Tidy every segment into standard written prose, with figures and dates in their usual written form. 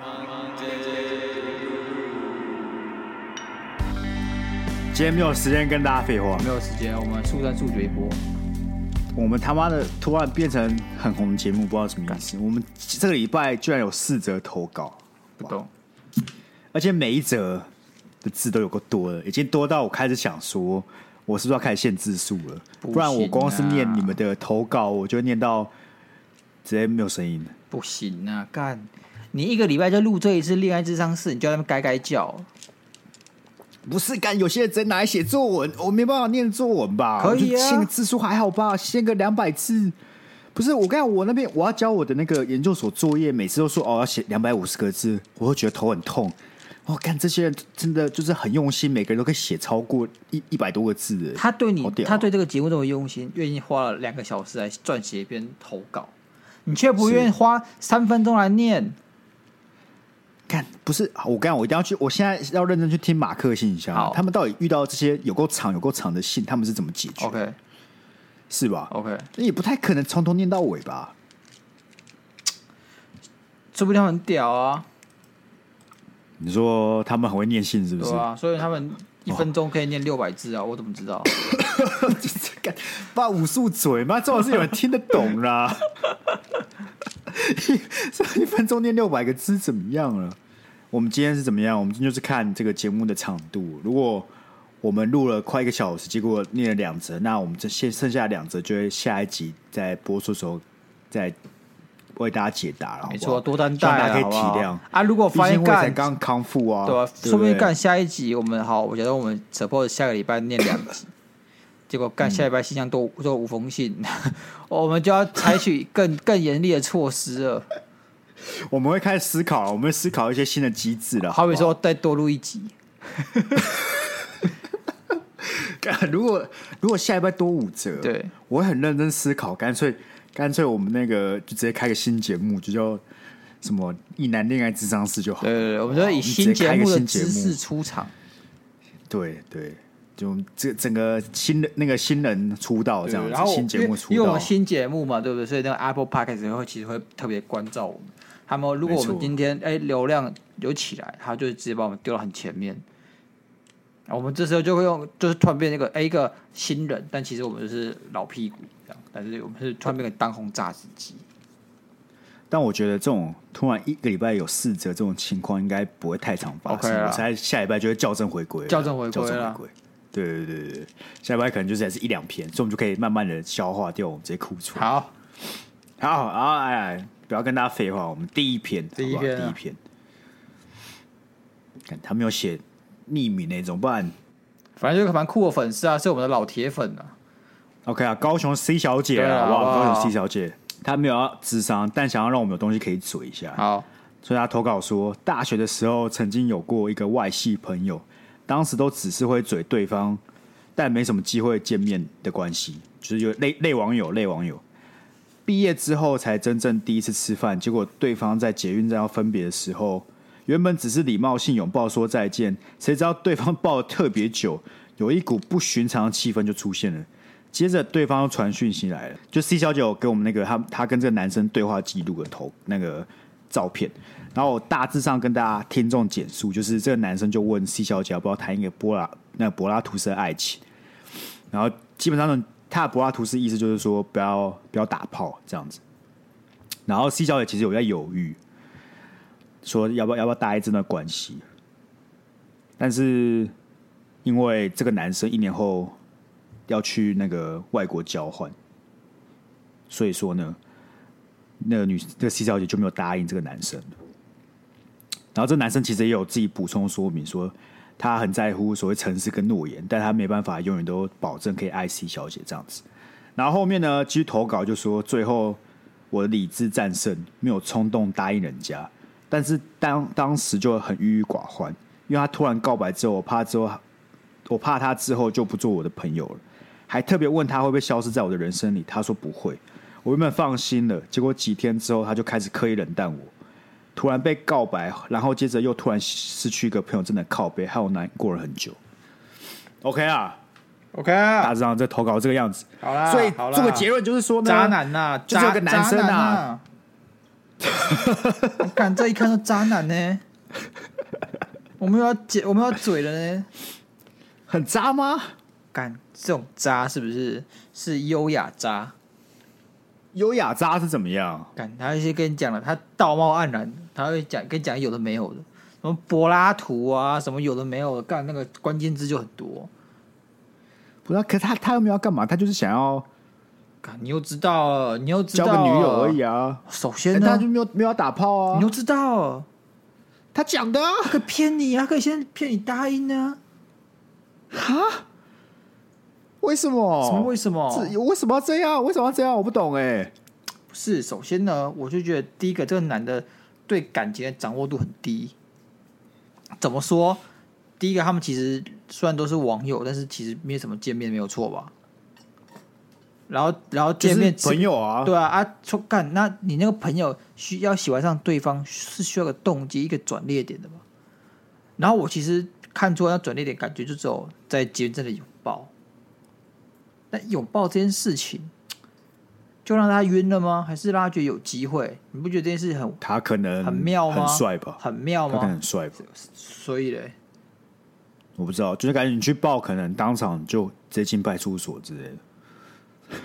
今天没有时间跟大家废话， 没有时间，我们速战速决一波。 我们他妈的突然变成很红的节目，不知道什么意思。我们这个礼拜居然有4则投稿， 不懂。 而且每一则的字都有够多了，已经多到我开始想说，我是不是要开始限字数了？不然我光是念你们的投稿，我就念到直接没有声音了。 不行啊，干！你一个礼拜就录这一次恋爱智商室，你就在那边该叫。 不是干，有些人直接拿来写作文，我没办法念作文吧？ 可以啊， 限个字数还好吧？限个200字。不是我跟你讲，我那边我要交我的那个研究所作业，每次都说要写250个字，我会觉得头很痛。哦，干这些人真的就是很用心，每个人都可以写超过100多个字。 他对你，他对这个节目这么用心，愿意花了2个小时来撰写一篇投稿，你却不愿意花3分钟来念。 看，不是我刚刚我一定要去，我现在要认真去听马克信箱，他们到底遇到这些有够长的信，他们是怎么解决 ？OK， 是吧 ？OK， 也不太可能从头念到尾吧？ 说不定他们很屌啊！ 你说他们很会念信是不是？ 对啊，所以他们1分钟可以念600字啊！我怎么知道？ 把武术嘴嘛，最好是有人听得懂啦。1分钟念600个字怎么样了？我们今天是怎么样？我们今天就是看这个节目的长度。如果我们录了快1个小时，结果念了2则，那我们这剩下2则就会下一集在播出的时候再为大家解答了。 没错，多担待， 大家可以体谅啊。如果发现干才刚康复啊， 对啊，说不定干下一集我们好，我觉得我们 suppose 下个礼拜念2集。结果干下礼拜信箱都无封信，我们就要采取更严厉的措施了。 我们会开始思考了，我们会思考一些新的机制了。 好比说，再多录1集。 如果下礼拜多5则， 对， 我会很认真思考，干脆我们那个就直接开个新节目，就叫什么“一男恋爱智商室”就好。 对，我们就以新节目的姿势出场。 对。就这整个新人出道这样子，新节目出道， 因为我们新节目嘛，对不对？所以那个 Apple Podcast 其实会特别关照我们。他们如果我们今天流量有起来，他就直接把我们丢到很前面。我们这时候就会就是突然变那个一个新人，但其实我们就是老屁股这样，但是我们是突然变成当红炸子鸡。 但我觉得这种突然1个礼拜有4则这种情况，应该不会太常发生。我猜下礼拜就会校正回归了。对，下礼拜可能就是还是1-2篇，所以我们就可以慢慢的消化掉我们这些库存。 好， 不要跟大家废话，我们第一篇，他没有写匿名那种，不然反正就蛮酷的粉丝啊，是我们的老铁粉啊。 OK 啊，高雄 C 小姐啊，哇，高雄 C 小姐，她没有要智商，但想要让我们有东西可以嘴一下。 好， 所以她投稿说，大学的时候曾经有过一个外系朋友。当时都只是会嘴对方，但没什么机会见面的关系，就是有类网友。毕业之后才真正第一次吃饭，结果对方在捷运站要分别的时候，原本只是礼貌性拥抱说再见，谁知道对方抱得特别久，有一股不寻常的气氛就出现了。接着对方又传讯息来了，就 C 小姐有给我们那个他跟这个男生对话记录的那个照片。然后我大致上跟大家听众简述，就是这个男生就问 C 小姐要不要谈一个柏拉图式的爱情，然后基本上他的柏拉图式意思就是说不要打炮这样子。然后 C 小姐其实有在犹豫，说要不要搭一这段关系，但是因为这个男生1年后要去那个外国交换，所以说呢，这个 C 小姐就没有答应这个男生了。然后这男生其实也有自己补充说明说，他很在乎所谓诚实跟诺言，但他没办法永远都保证可以爱 C 小姐这样子。然后后面呢，继续投稿就说，最后我的理智战胜，没有冲动答应人家，但是当时就很郁郁寡欢，因为他突然告白之后，我怕他之后就不做我的朋友了，还特别问他会不会消失在我的人生里，他说不会。我原本放心了，结果几天之后，他就开始刻意冷淡我。突然被告白，然后接着又突然失去一个朋友，真的靠背，害我难过了很久。OK 啊，大致上这投稿这个样子。 好啦， 所以做个结论就是说呢， 渣男呐， 就是有个男生啊， 看这一看就渣男呢。我们要嘴了呢， 很渣吗？ 干这种渣是不是优雅渣？ 优雅渣是怎么样？ 干他一些跟你讲了，他道貌岸然，他会跟你讲有的没有的，什么柏拉图啊，什么有的没有的，干那个关键字就很多。 不是，可是他又没有要干嘛，他就是想要， 你又知道了， 交个女友而已啊。 首先呢， 他就没有要打炮啊。 你又知道了， 他讲的啊， 他可以骗你啊，他可以先骗你答应啊。 哈？为什么？ 什么为什么？ 为什么要这样？为什么要这样？我不懂哎。 不是，首先呢，我就觉得第一个，这个男的对感情的掌握度很低。怎么说？第一个，他们其实虽然都是网友，但是其实没什么见面，没有错吧？然后见面朋友啊， 对啊说干，那你那个朋友要喜欢上对方，是需要个动机，一个转捩点的吧？然后我其实看出那转捩点，感觉就只有在捷运站的拥抱。那拥抱这件事情，就让他晕了吗？还是让他觉得有机会？你不觉得这件事很他可能很妙吗？ 很帅吧？ 很妙吗？ 他可能很帅吧？ 所以嘞， 我不知道，就是感觉你去报，可能当场就直接进派出所之类的。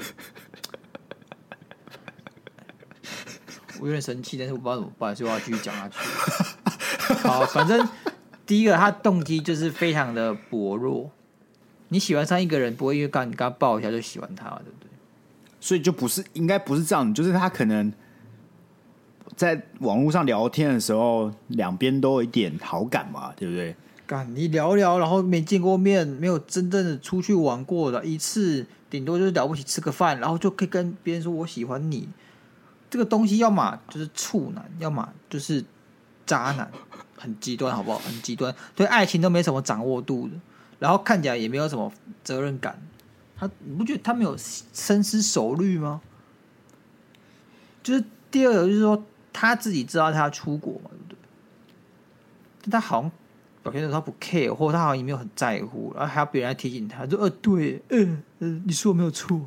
我有点生气，但是我不知道怎么办，所以我要继续讲下去。好，反正第一个，他动机就是非常的薄弱。你喜欢上一个人，不会因为你跟他抱一下就喜欢他，对不对？ 所以就应该不是这样，就是他可能在网络上聊天的时候，两边都有一点好感嘛，对不对？ 你聊聊，然后没见过面，没有真正的出去玩过的一次，顶多就是了不起吃个饭，然后就可以跟别人说我喜欢你。这个东西要么就是处男，要么就是渣男，很极端，好不好？很极端，对爱情都没什么掌握度的，然后看起来也没有什么责任感。你不觉得他没有深思熟虑吗？就是第二个，就是说他自己知道他要出国嘛，对不对？但他好像表现的他不 care， 或者他好像也没有很在乎，然后还要别人来提醒他，说对，你说我没有错。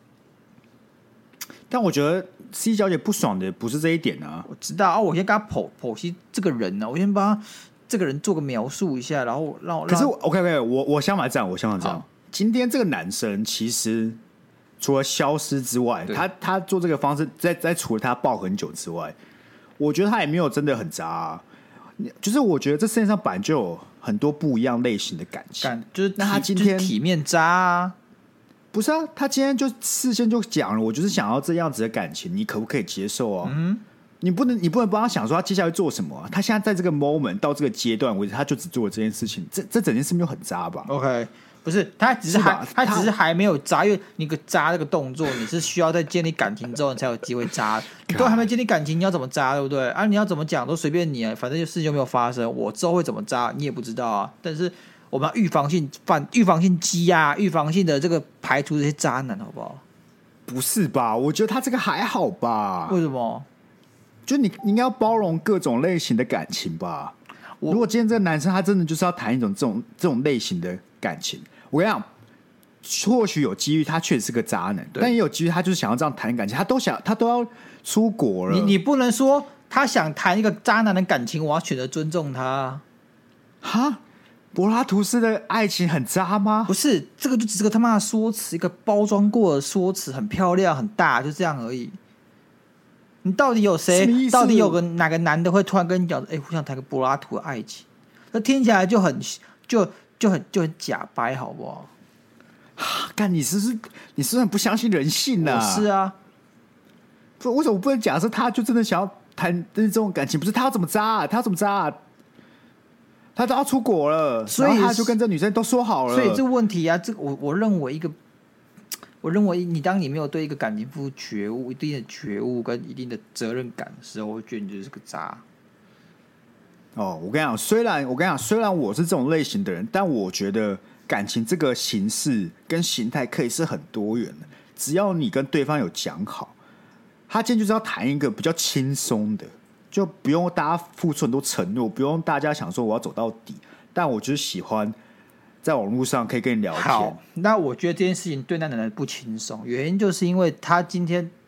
但我觉得 C 小姐不爽的不是这一点啊。 我知道啊，我先跟他剖析这个人呢，我先帮他这个人做个描述一下，然后让。 可是 OK， 我想法这样，今天这个男生其实除了消失之外，他做这个方式，在除了他抱很久之外，我觉得他也没有真的很渣啊。就是我觉得这世界上本来就有很多不一样类型的感情， 就是那他今天体面渣啊。 不是啊，他今天就事先就讲了，我就是想要这样子的感情，你可不可以接受啊？你不能帮他想说他接下来做什么啊？他现在在这个 moment 到这个阶段为止，他就只做了这件事情，这整件事没有很渣吧 ？OK， 不是，他只是还没有渣，因为你个渣这个动作，你是需要在建立感情之后你才有机会渣。你都还没建立感情，你要怎么渣，对不对？啊，你要怎么讲都随便你啊，反正就事情就没有发生，我之后会怎么渣你也不知道啊。但是我们要预防性积压，预防性的这个排除这些渣男，好不好？ 不是吧？我觉得他这个还好吧？ 为什么？ 就你应该要包容各种类型的感情吧。如果今天这个男生他真的就是要谈一种这种类型的感情，我跟你讲，或许有机遇他确实是个渣男，但也有机遇他就是想要这样谈感情，他都要出国了。 你不能说他想谈一个渣男的感情，我要选择尊重他。 哈？柏拉图式的爱情很渣吗？ 不是，这个就只是个他妈的说辞，一个包装过的说辞，很漂亮很大，就这样而已。你到底有谁？到底有哪个男的会突然跟你讲，我想谈个柏拉图的爱情？那听起来就很假掰，好不好？ 干，你是不是很不相信人性啊？ 是啊， 为什么不能假设他就真的想要谈这种感情？不是他要怎么渣？他都要出国了，所以他就跟这女生都说好了。 所以这个问题啊，我认为当你没有对一个感情付出一定的觉悟跟一定的责任感的时候，我觉得你就是个渣。 我跟你讲，虽然我是这种类型的人，但我觉得感情这个形式跟形态可以是很多元的，只要你跟对方有讲好，他今天就是要谈一个比较轻松的，就不用大家付出很多承诺，不用大家想说我要走到底，但我就是喜欢在网络上可以跟你聊天。 好，那我觉得这件事情对那男人不轻松，原因就是因为他今天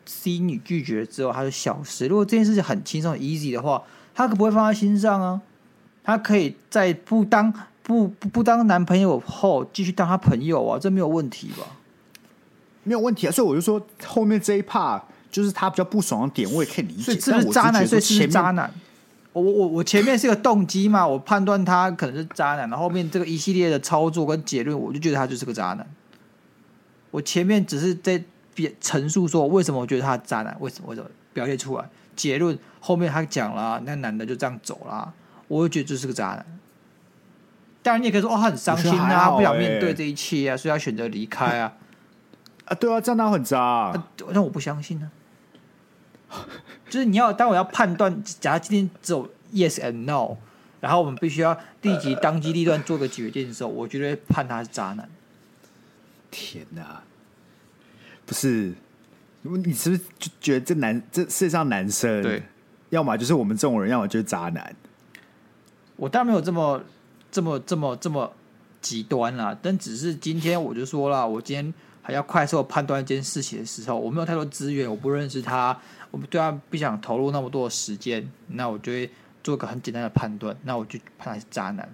C 女拒绝之后，他就消失。如果这件事情很轻松、easy 的话，他可不会放在心上啊。他可以在不当男朋友后，继续当他朋友啊，这没有问题吧？ 没有问题啊。所以我就说后面这一 part 就是他比较不爽的点，我也可以理解。 所以是不是渣男？所以是不是渣男？我前面是个动机嘛，我判断他可能是渣男，然后后面这个一系列的操作跟结论，我就觉得他就是个渣男。我前面只是在陈述说为什么我觉得他是渣男，为什么表现出来，结论后面他讲了，那男的就这样走了，我就觉得就是个渣男。当然你也可以说他很伤心啊，不想面对这一切啊，所以他选择离开啊。 对啊，这样他很渣啊。 但我不相信啊。就是当我要判断，假如今天只有 yes and no， 然后我们必须要立即当机立断做个决定的时候，我绝对判他是渣男。 天哪，不是你是不是就觉得这世界上男生， 对， 要么就是我们这种人，要么就是渣男？ 我当然没有这么极端啦，但只是今天我就说了，我今天还要快速的判断一件事情的时候，我没有太多资源，我不认识他，我对他不想投入那么多的时间，那我就会做一个很简单的判断，那我就判他是渣男。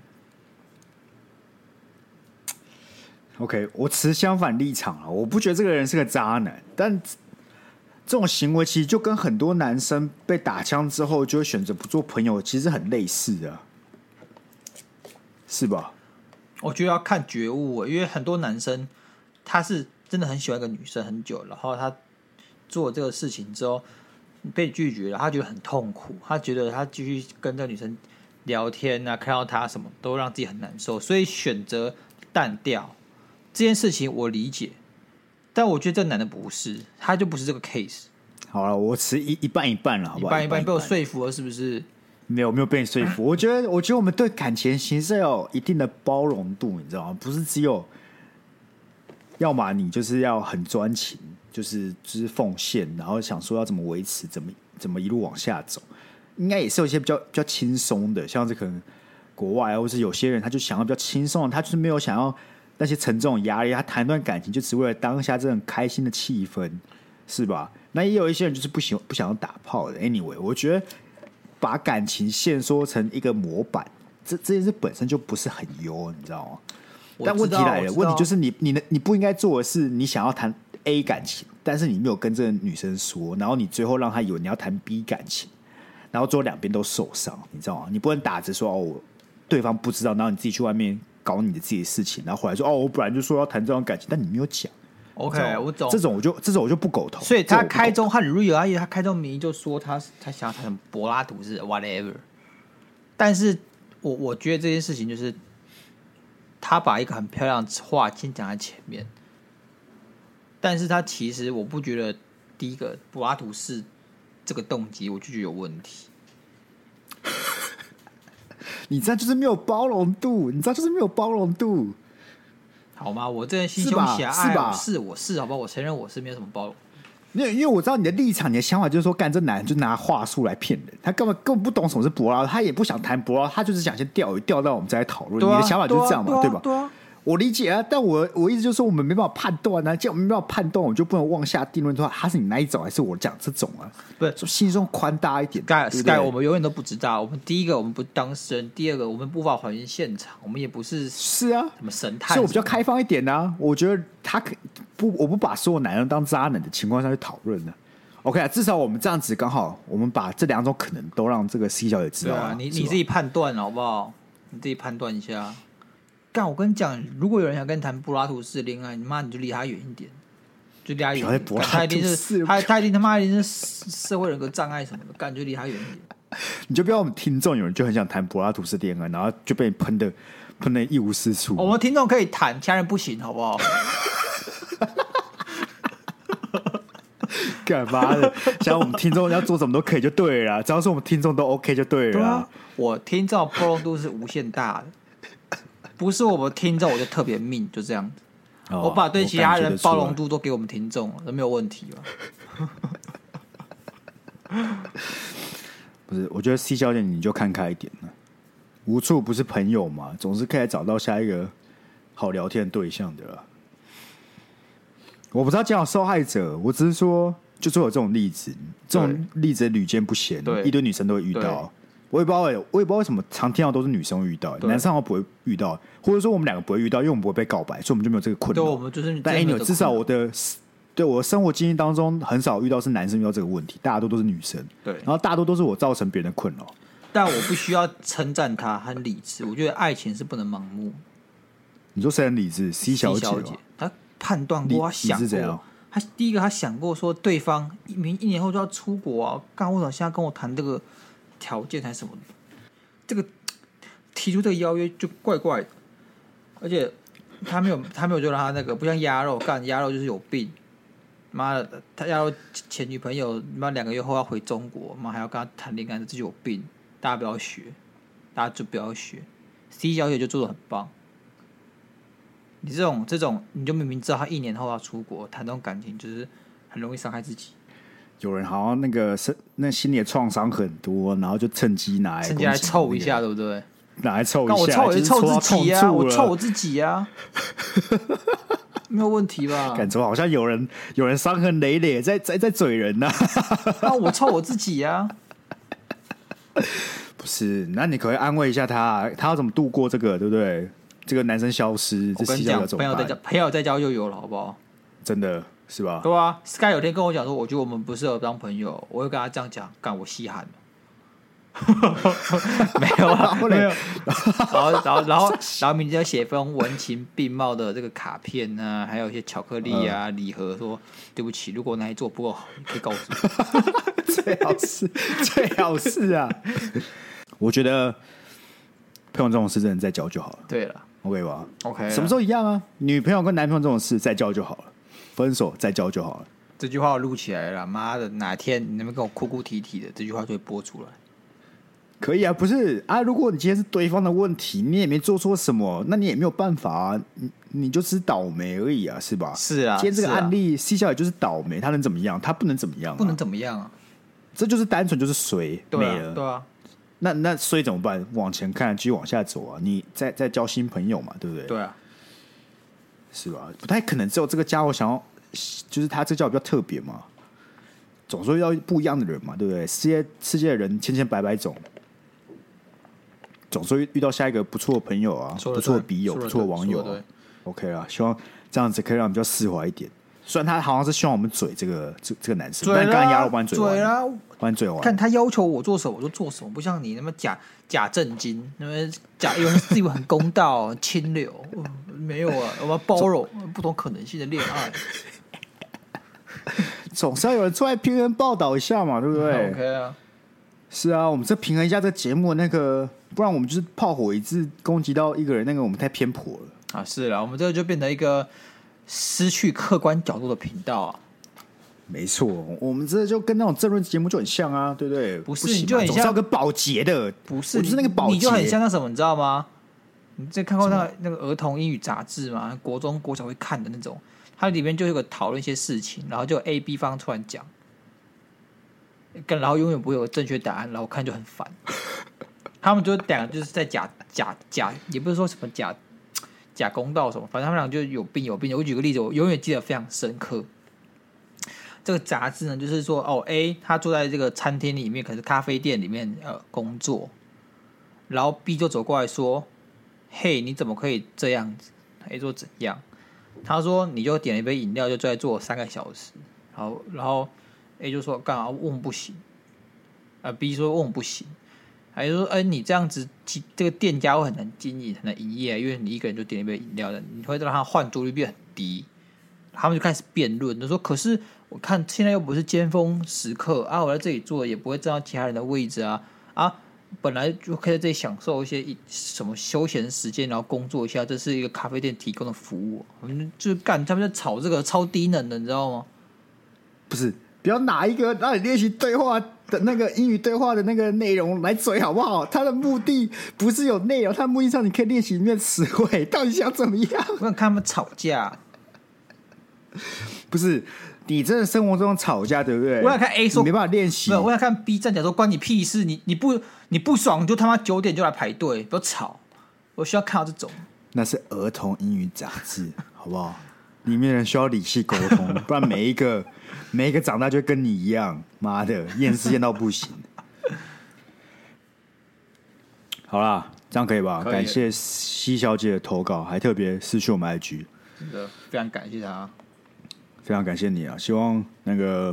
OK， 我持相反立场了，我不觉得这个人是个渣男，但这种行为其实就跟很多男生被打枪之后就会选择不做朋友，其实很类似的，是吧？ 我觉得要看觉悟，因为很多男生他是真的很喜欢一个女生很久，然后他做这个事情之后被拒绝了，他觉得很痛苦，他觉得他继续跟这个女生聊天啊，看到她什么都让自己很难受，所以选择淡掉。这件事情我理解，但我觉得这男的不是，他就不是这个 case。 好了，我持一半一半了，好不好？ 一半被我说服了，是不是？ 没有被你说服。我觉得我们对感情其实要有一定的包容度，你知道吗？不是只有，要么你就是要很专情，就是奉献，然后想说要怎么维持，怎么一路往下走。应该也是有一些比较轻松的，像是可能国外，或是有些人他就想要比较轻松的，他就是没有想要那些沉重的压力，他谈一段感情就只为了当下这种开心的气氛，是吧？那也有一些人就是不想要打炮的。Anyway， 我觉得把感情限缩成一个模板，这件事本身就不是很优，你知道吗？但问题来了，问题就是你不应该做的是，你想要谈 A 感情，但是你没有跟这个女生说，然后你最后让她以为你要谈 B 感情，然后最后两边都受伤，你知道吗？你不能打着说对方不知道，然后你自己去外面搞你的自己的事情，然后回来说我本来就说要谈这段感情，但你没有讲。 OK， 我懂。 这种我就不苟同。 所以他开宗很 real， 而且他开宗明义就说他想要谈柏拉图式 whatever。但是我觉得这件事情就是他把一个很漂亮的话先讲在前面，但是他其实我不觉得第一个柏拉图式这个动机，我就觉得有问题。 你这样就是没有包容度， 好吗？我这人心胸狭隘，我是好吧？我承认我是没有什么包容。 因为我知道你的立场，你的想法就是说，干这男人就拿话术来骗人，他根本不懂什么是柏拉，他也不想谈柏拉，他就是想先钓鱼，钓到我们再来讨论。你的想法就是这样嘛，对吧？ 对啊。 我理解啊，但我意思就是说，我们没办法判断啊，既然我们没办法判断，我们就不能妄下定论说他是你那一种，还是我讲这种啊？ 不是， 说心胸宽大一点。 Sky， 我们永远都不知道。我们第一个，我们不是当事人；第二个，我们无法还原现场，我们也不是啊， 什么神探。 所以我比较开放一点啊。我觉得我不把所有男人当渣男的情况下去讨论呢。OK 啊，至少我们这样子刚好，我们把这两种可能都让这个 C 小姐知道。 你自己判断好不好？你自己判断一下。干，我跟你讲，如果有人想跟你谈柏拉图式恋爱，你就离他远一点，就离他远一点。他一定是他一定是社会人格障碍什么的，干就离他远一点。 你就不要我们听众有人就很想谈柏拉图式恋爱，然后就被你喷的一无是处。 我们听众可以谈，其他人不行，好不好？ 干嘛的？像我们听众要做什么都可以就对了啦，只要是我们听众都 OK 就对了啦。 我听众包容度是无限大的，不是我们听众我就特别命，就这样子。我把对其他人包容度都给我们听众了，都没有问题吧？ 不是，我觉得 C 小姐你就看开一点了，无处不是朋友嘛，总是可以找到下一个好聊天的对象的啦。我不是要讲受害者，我只是说就是有这种例子，这种例子屡见不鲜，一堆女生都会遇到。我也不知道为什么常听到都是女生会遇到，男生好像不会遇到，或者说我们两个不会遇到，因为我们不会被告白，所以我们就没有这个困扰。 对，我们就是。 但至少我的生活经历当中很少遇到是男生遇到这个问题，大多都是女生。 对， 然后大多都是我造成别人的困扰。 但我必须要称赞他很理智，我觉得爱情是不能盲目。 你说谁很理智 ？C 小姐， 她判断过，她想过，她第一个她想过说对方一年后就要出国啊，干为什么现在跟我谈这个条件还是什么的？这个提出这个邀约就怪怪的，而且他没有就让他那个不像鸭肉干，鸭肉就是有病。妈的，他鸭肉前女朋友妈2个月后要回中国，妈还要跟他谈恋爱，这就有病。大家不要学，大家就不要学。C 小姐就做得很棒。你这种，你就明明知道他1年后要出国，谈这种感情就是很容易伤害自己。 有人好像那心里的创伤很多，然后就趁机拿来凑一下，对不对？ 拿来凑一下， 我凑也是凑自己啊，我凑我自己啊，没有问题吧？ 感觉好像有人伤痕累累在嘴人呐、 那我凑我自己啊。 不是，那你可以安慰一下他，他要怎么度过这个，对不对？这个男生消失， 我跟你讲，朋友在交就有了，好不好？ 真的是吧？ 对啊 ，Sky 有天跟我讲说，我觉得我们不适合当朋友，我会跟他这样讲，干我稀罕了。没有啊，没有。然后明天写封文情并茂的这个卡片啊，还有一些巧克力啊、礼盒，说对不起，如果哪里做不够好，你可以告诉我。 最好是啊。我觉得朋友这种事真的再交就好了。 对了 ，OK 吧 ？OK， 什么时候一样啊？女朋友跟男朋友这种事再交就好了，分手再交就好了。 这句话我录起来了，妈的，哪天你能不能跟我哭哭啼啼的，这句话就会播出来。 可以啊，不是啊？如果你今天是对方的问题，你也没做错什么，那你也没有办法啊，你就只是倒霉而已啊，是吧？ 是啊， 今天这个案例 C 小姐就是倒霉，她能怎么样？她不能怎么样、啊， 不能怎么样啊？ 这就是单纯就是衰、 啊、 没了， 对啊。 那衰怎么办？往前看，继续往下走啊！你再交新朋友嘛，对不对？ 对啊， 是吧？不太可能只有这个家伙想要，就是他这个家伙比较特别嘛，总说要不一样的人嘛，对不对？世界的人千千百百种。总是会遇到下一个不错的朋友啊，不错的笔友，不错的网友、啊。OK 啦，希望这样子可以让我们比较释怀一点。虽然他好像是希望我们嘴这个男生，但刚刚鸭肉帮你嘴完，帮你嘴完。 看他要求我做什么我就做什么，不像你那么假正经，那么有人自以为很公道、清流，没有啊，我们要包容不同可能性的恋爱。 总是要有人出来平衡报道一下嘛，对不对 ？OK 啊。 是啊，我们这平衡一下这节目那个，不然我们就是炮火一致攻击到一个人，那个我们太偏颇了啊！是啦，我们这个就变成一个失去客观角度的频道啊。 没错，我们这就跟那种政论节目就很像啊，对不对？ 不是，你就很像总是要跟保洁的， 不是？ 我就是那个保洁， 你就很像那什么，你知道吗？你这看过那个儿童英语杂志吗？国中国小会看的那种，它里面就有个讨论一些事情，然后就 A、B 方突然讲。然后永远不会有正确答案，然后我看就很烦。他们就两个就是在假，也不是说什么假公道什么，反正他们俩就有病。我举个例子，我永远记得非常深刻。这个杂志呢，就是说A 他坐在这个餐厅里面，可是咖啡店里面工作，然后 B 就走过来说：“嘿，你怎么可以这样子 ？”A 说怎样？他说：“你就点了一杯饮料，就在坐3个小时。”然后。A 就说干嘛问不行，B 说问不行，还就说你这样子这个店家会很难经营，很难营业，因为你一个人就点一杯饮料的，你会让他换桌率变很低。他们就开始辩论，就说可是我看现在又不是尖峰时刻啊，我在这里坐也不会占到其他人的位置啊，本来就可以在这里享受一些什么休闲时间，然后工作一下，这是一个咖啡店提供的服务，我们就他们在吵这个超低能的，你知道吗？ 不是。不要拿一个让你练习对话的那个英语对话的那个内容来嘴好不好？他的目的不是有内容，他的目的上你可以练习里面词汇，到底想怎么样？ 我想看他们吵架， 不是你真的生活中吵架对不对？ 我想看 A 说没办法练习， 没有，我想看 B 站讲说关你屁事，你不爽就他妈9点就来排队，不要吵。我需要看到这种， 那是儿童英语杂志，好不好？里面人需要理性沟通，不然每一每一个长大就跟你一样，妈的，厌世厌到不行。好啦，这样可以吧？感谢西小姐的投稿，还特别私讯我们 IG， 真的非常感谢她， 非常感谢你啊！希望那个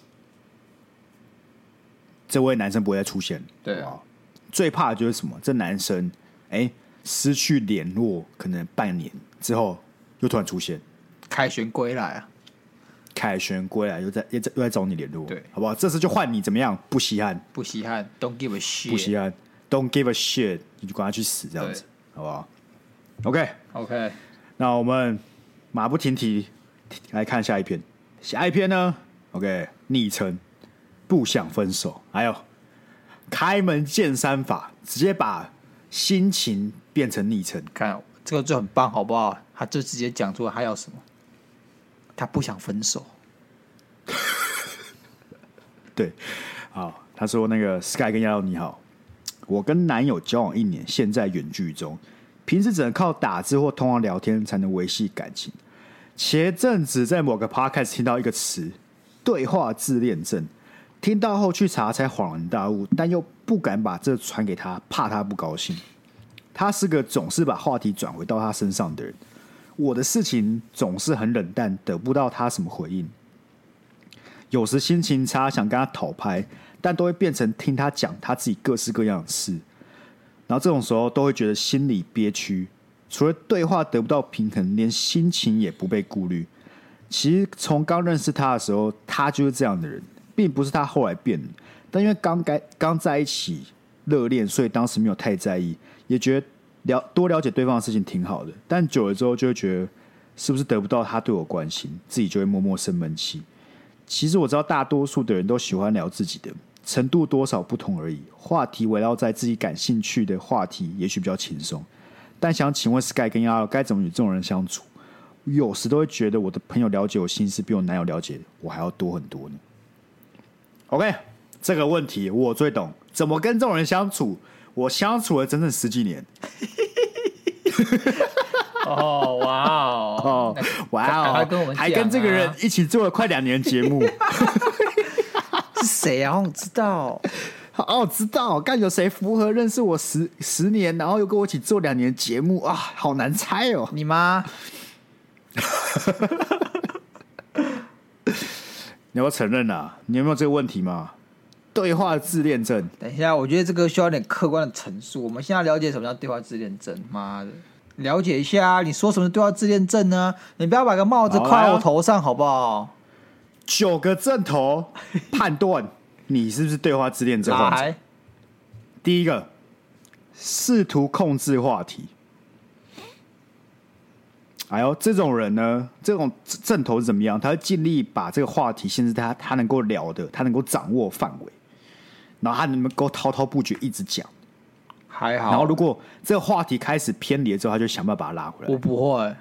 这位男生不会再出现。 对啊， 最怕的就是什么？这男生失去联络，可能半年之后又突然出现， 凯旋归来啊！ 凯旋归来又在找你联络， 对， 好不好？这次就换你怎么样？不稀罕， 不稀罕 ，Don't give a shit， 不稀罕 ，Don't give a shit， 你就管他去死，这样子，好不好 ？OK， 那我们马不停蹄来看下一篇。下一篇呢 ？OK， 昵称不想分手，还有开门见山法，直接把心情变成昵称。 看这个就很棒，好不好？他就直接讲出来他要什么，他不想分手。 对，好，他说那个 Sky 跟亚耀你好，我跟男友交往1年，现在远距中，平时只能靠打字或通话聊天才能维系感情。前阵子在某个 podcast 听到一个词“对话自恋症”，听到后去查才恍然大悟，但又不敢把这传给他，怕他不高兴。他是个总是把话题转回到他身上的人，我的事情总是很冷淡，得不到他什么回应。有时心情差，想跟他讨拍，但都会变成听他讲他自己各式各样的事，然后这种时候都会觉得心里憋屈。除了对话得不到平衡，连心情也不被顾虑。其实从刚认识他的时候，他就是这样的人，并不是他后来变了。但因为刚在一起热恋，所以当时没有太在意，也觉得多了解对方的事情挺好的。但久了之后，就会觉得是不是得不到他对我关心，自己就会默默生闷气。其实我知道大多数的人都喜欢聊自己的，程度多少不同而已。话题围绕在自己感兴趣的话题，也许比较轻松。但想请问 Sky 跟亚该怎么与这种人相处？有时都会觉得我的朋友了解我心事，比我男友了解我还要多很多呢。OK， 这个问题我最懂，怎么跟这种人相处？我相处了整整10几年。 哦，哇哦， 哇哦，还跟这个人一起做了快2年节目。 是谁啊？我知道。 哦，知道，干有谁符合认识我10年，然后又跟我一起做2年节目啊？好难猜哦。 你妈？ 你要不要承认啊？你有没有这个问题吗？对话自恋症。 等一下，我觉得这个需要点客观的陈述。我们现在了解什么叫对话自恋症？妈的！了解一下，你说什么对话自恋症呢？你不要把个帽子挂在我头上，好不好 ？9个症头判断你是不是对话自恋症患者。第一个，试图控制话题。哎呦，这种人呢，这种症头是怎么样？他会尽力把这个话题限制在他能够聊的，他能够掌握范围，然后他能够滔滔不绝一直讲。 还好。 然后如果这个话题开始偏离之后，他就想办法把它拉回来。 我不会。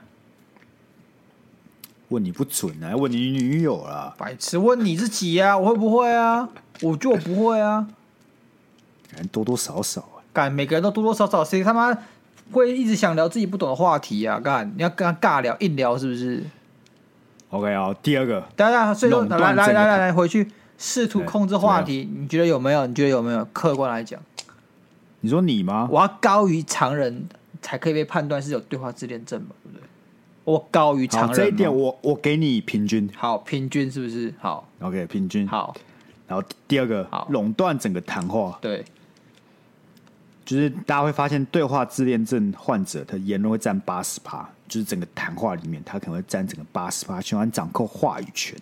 问你不准啊，问你女友啦。 白痴，问你自己啊，我会不会啊？我觉得我不会啊。 多多少少啊。 干，每个人都多多少少，谁他妈会一直想聊自己不懂的话题啊？干，你要跟他尬聊硬聊是不是 ？OK 啊，第二个， 大家所以说来回去试图控制话题，你觉得有没有？你觉得有没有？客观来讲， 你说你吗？ 我要高于常人才可以被判断是有对话自恋症嘛？对不对？我高于常人， 这一点我给你平均。 好，平均是不是？好 ，OK， 平均好。 然后第二个，垄断整个谈话。 对。 就是大家会发现，对话自恋症患者的言论会占80%，就是整个谈话里面，他可能会占整个80%，喜欢掌控话语权。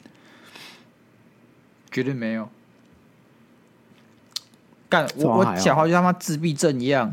绝对没有。干，我讲话就像他妈自闭症一样。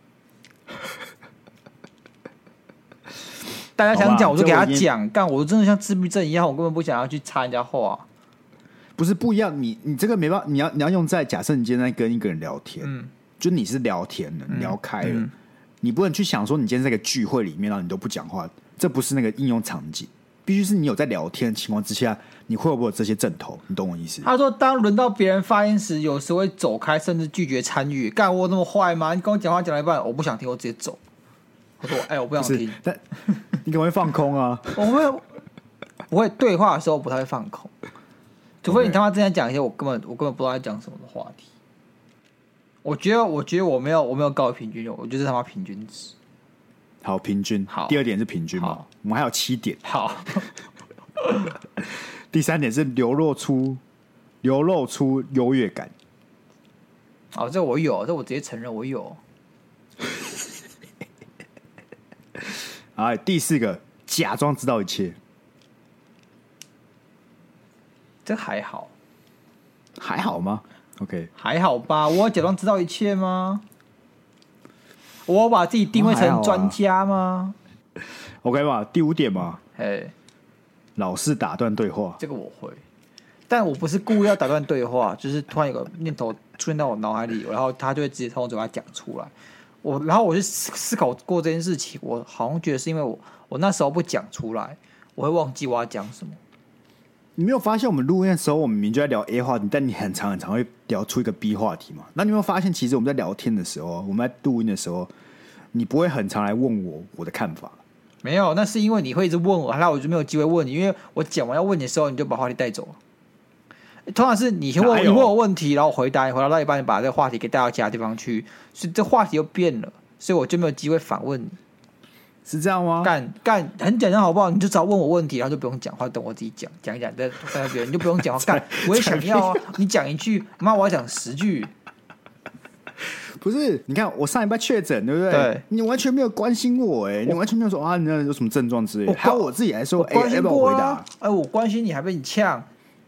大家想讲我就给他讲，干，我真的像自闭症一样，我根本不想要去插人家话。 不是不一样，你这个没办法，你要用在假设你今天在跟一个人聊天，就你是聊天的，聊开了，你不能去想说你今天在一个聚会里面，然后你都不讲话，这不是那个应用场景，必须是你有在聊天的情况之下，你会不会有这些症头？你懂我意思？ 他说，当轮到别人发言时，有时会走开，甚至拒绝参与。干，我那么坏吗？你跟我讲话讲到一半，我不想听，我直接走。我说，我不想听。 但你可能会放空啊？ 我不会对话的时候不太会放空。 除非你他妈真的讲一些我根本不知道在讲什么的话题。我觉得我没有高于平均，我就是他妈平均值。 好，平均。 好， 第2点是平均嘛，我们还有7点。 好， 第3点是流露出优越感。 哦，这我有，这我直接承认我有。 好，第4个假装知道一切。 这还好， 还好吗 ？OK， 还好吧？我要假装知道一切吗？我要把自己定位成专家吗 ？OK 嘛，第5点嘛，老是打断对话， 这个我会，但我不是故意要打断对话，就是突然有个念头出现到我脑海里，然后他就会直接从我嘴巴讲出来。然后我去思考过这件事情，我好像觉得是因为我那时候不讲出来，我会忘记我要讲什么。 你没有发现我们录音的时候，我们明明就在聊 A 话题，但你很长会聊出一个 B 话题嘛？那你有没有发现，其实我们在聊天的时候，我们在录音的时候，你不会很常来问我的看法。 没有，那是因为你会一直问我，那我就没有机会问你，因为我讲完要问你的时候，你就把话题带走了。通常是你先问我问题，然后我回答，你回答到一半，你把这个话题给带到其他地方去，所以这话题又变了，所以我就没有机会反问你。 是这样吗？ 干很简单好不好？你就只要问我问题，然后就不用讲话，等我自己讲一讲，再别人你就不用讲话。干，我也想要啊！你讲一句，妈，我要讲10句。 不是，你看我上礼拜确诊，对不对？ 对， 你完全没有关心我，你完全没有说啊，你有什么症状之类的。还有我自己来说， 要不要回答？ 我关心你，还被你呛。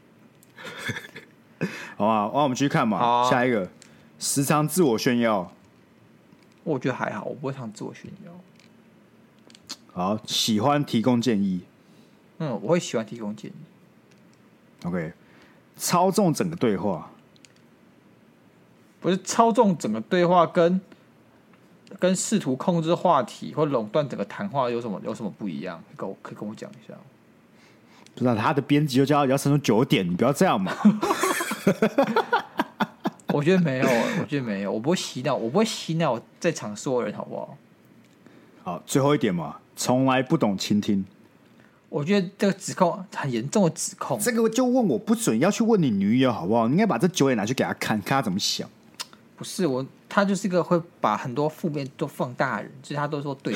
好吧，我们继续看嘛。下一个，时常自我炫耀。 我觉得还好，我不会常自我炫耀。 好，喜欢提供建议。 我会喜欢提供建议。 OK， 操纵整个对话。 不是操纵整个对话跟试图控制话题或垄断整个谈话有什么不一样？可以跟我讲一下。 不知道他的编辑就叫要伸出9点，你不要这样嘛。 我觉得没有，我不会洗脑在场所有人，好不好？ 好，最后一点嘛，从来不懂倾听。 我觉得这个指控很严重的指控。 这个就问我不准要去问你女友好不好？你应该把这9点拿去给他看他怎么想。 不是他就是一个会把很多负面都放大的人，所以他都说对。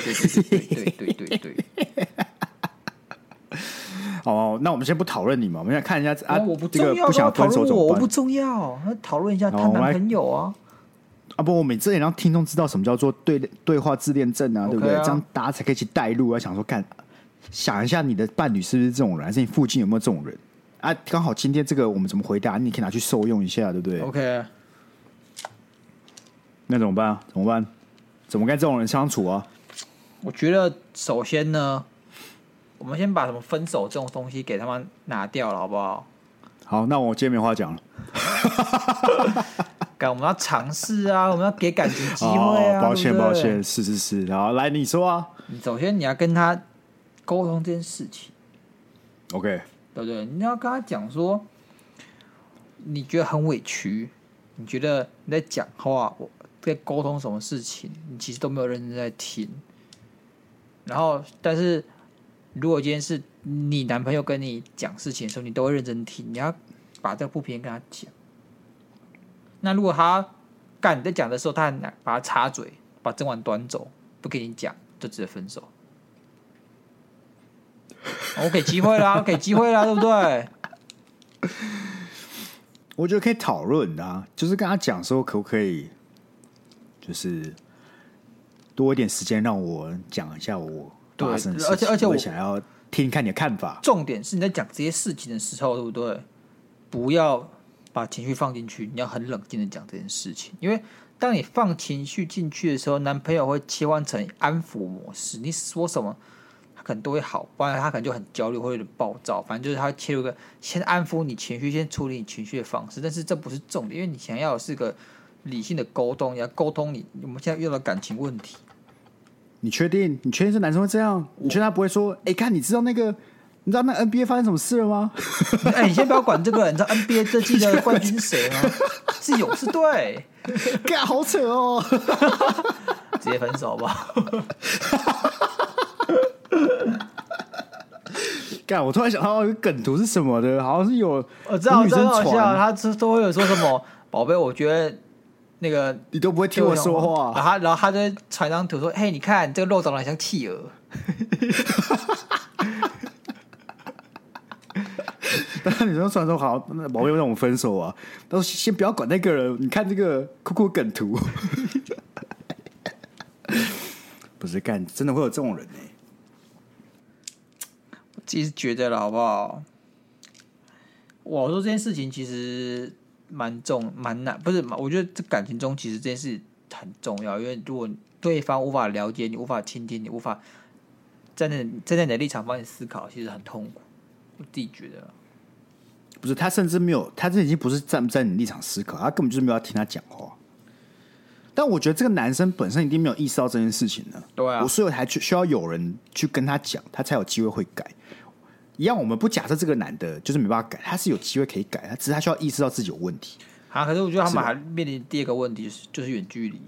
哦，那我们先不讨论你嘛，我们先看一下啊。 我不重要， 这个不想分手怎么办？ 我不重要，讨论一下她男朋友啊。 不，我每次也让听众知道什么叫做对话自恋症啊， okay 对不对？这样大家才可以一起带入啊，想说想一下你的伴侣是不是这种人，还是你附近有没有这种人啊？刚好今天这个我们怎么回答，你可以拿去受用一下，对不对 ？OK。 那怎么办？怎么跟这种人相处啊？ 我觉得首先呢，我们先把什么分手这种东西给他们拿掉了，好不好？ 好，那我今天没话讲了。 我们要尝试啊，我们要给感情机会啊。 抱歉，是。好，来你说啊。 首先你要跟他沟通这件事情 ，OK， 对不对？你要跟他讲说，你觉得很委屈，你觉得你在讲话，我在沟通什么事情，你其实都没有认真在听。然后，但是如果今天是你男朋友跟你讲事情的时候，你都会认真听，你要把这个不平跟他讲。那如果他你在讲的时候，他把他插嘴，把整碗端走，不给你讲，就直接分手。我给机会啦，对不对？ 我觉得可以讨论啊，就是跟他讲说，可不可以，就是多一点时间让我讲一下我发生的事情， 而且我想要听看你的看法。 重点是你在讲这些事情的时候，对不对？不要把情绪放进去，你要很冷静的讲这件事情，因为当你放情绪进去的时候，男朋友会切换成安抚模式，你说什么他可能都会好，不然他可能就很焦虑，会有点暴躁。反正就是他会切入一个先安抚你情绪、先处理你情绪的方式，但是这不是重点，因为你想要的是个理性的沟通，你要沟通我们现在遇到的感情问题。 你确定这男生会这样？你确定他不会说，看你知道那 NBA 发生什么事了吗？ 你先不要管这个，你知道 NBA 这季的冠军是谁吗？是勇士队。 干，好扯哦！ 直接分手吧。 干，我突然想到一个梗图是什么的，好像是有我知道， 女生真好笑， 传， 他都会有说什么宝贝，我觉得那个你都不会听我说话， 然后他就传张图说，嘿，你看这个肉长得很像企鹅。 但女生传说好，那宝贝让我们分手啊，都先不要管那个人，你看这个酷酷梗图，不是干，真的会有这种人呢、 我自己是觉得了，好不好？我说这件事情其实蛮难，不是？我觉得这感情中其实这件事很重要，因为如果对方无法了解你，无法倾听你，无法站在你的立场帮你思考，其实很痛苦。我自己觉得。 不是他甚至没有，他这已经不是站不在你立场思考，他根本就是没有要听他讲话。但我觉得这个男生本身一定没有意识到这件事情呢。 对啊， 所以还需要有人去跟他讲，他才有机会会改。一样，我们不假设这个男的就是没办法改，他是有机会可以改，他只是他需要意识到自己有问题。 啊，可是我觉得他们还面临第二个问题，就是远距离。